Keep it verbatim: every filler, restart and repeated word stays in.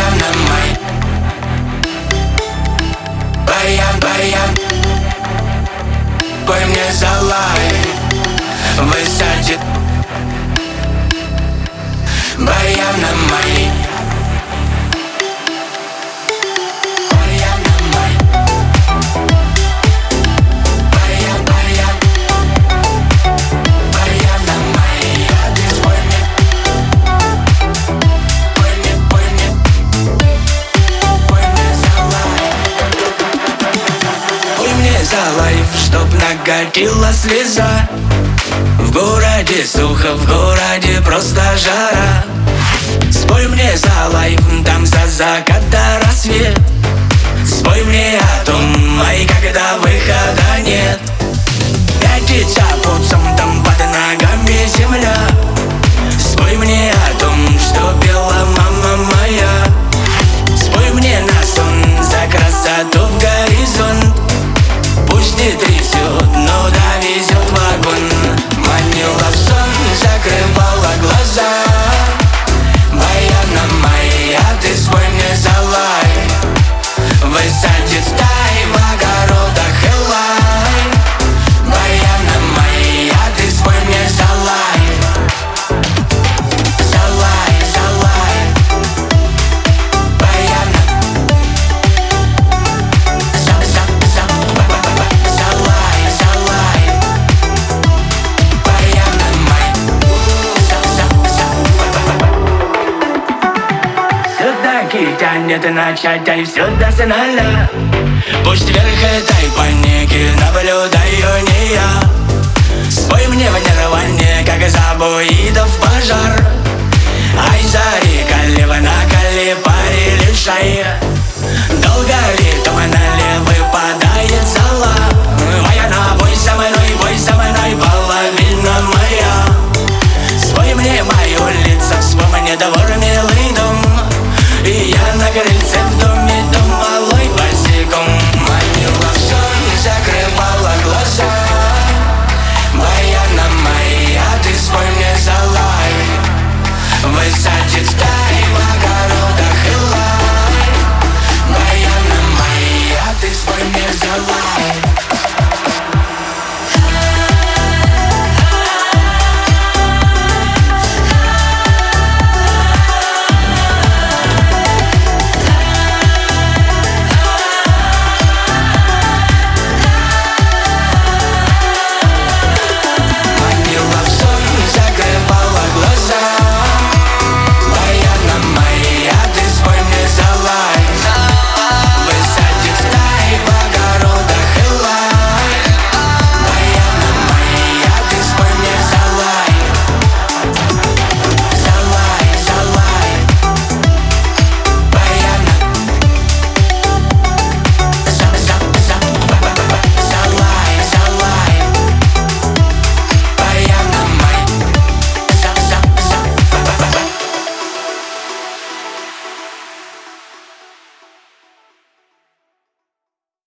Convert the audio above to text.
Баяна май, баян, баян, пой мне за лайф, высадит. Баяна май, баяна май, баян, баян, баяна май, адрес пой мне, пой мне, пой мне, пой мне за лайф, пой мне за лайф, чтоб накатила слеза. В городе сухо, в городе просто жара. Спой мне за лайф, там за закат до рассвет. Спой мне о том, ай, когда выхода нет. Пятится пупсом, там под ногами земля. Спой мне о том, что пела мама моя. Спой мне на сон за красоту в горизонт. Пусть не трясет, но довезет вагон. Манила в сон, закрывала глаза. Баяна моя, ты спой мне за лайф, высадит стай в огородах элай. Баяна моя, ты спой мне за лайф, за лайф, за лайф. Баяна, за, за, за, за лайф, за лайф. Баяна моя, за, за, за. Все-таки тянет начать, ай, все досконально. Пусть вверх этой паники наблюдаю не я. Спой мне в нирване, как забуидов пожар. Ай, зари, калива на кали, пари лишай. Долго ли тумана выпадает зала? Баяна, бой со мной, бой со мной, половина моя. Спой мне мое лицо, вспомни двор, милый дом. И я на крыльце в доме, дом малой босиком. Манила в сон, закрывала глаза. Баяна моя, ты спой мне за лайф, высадит.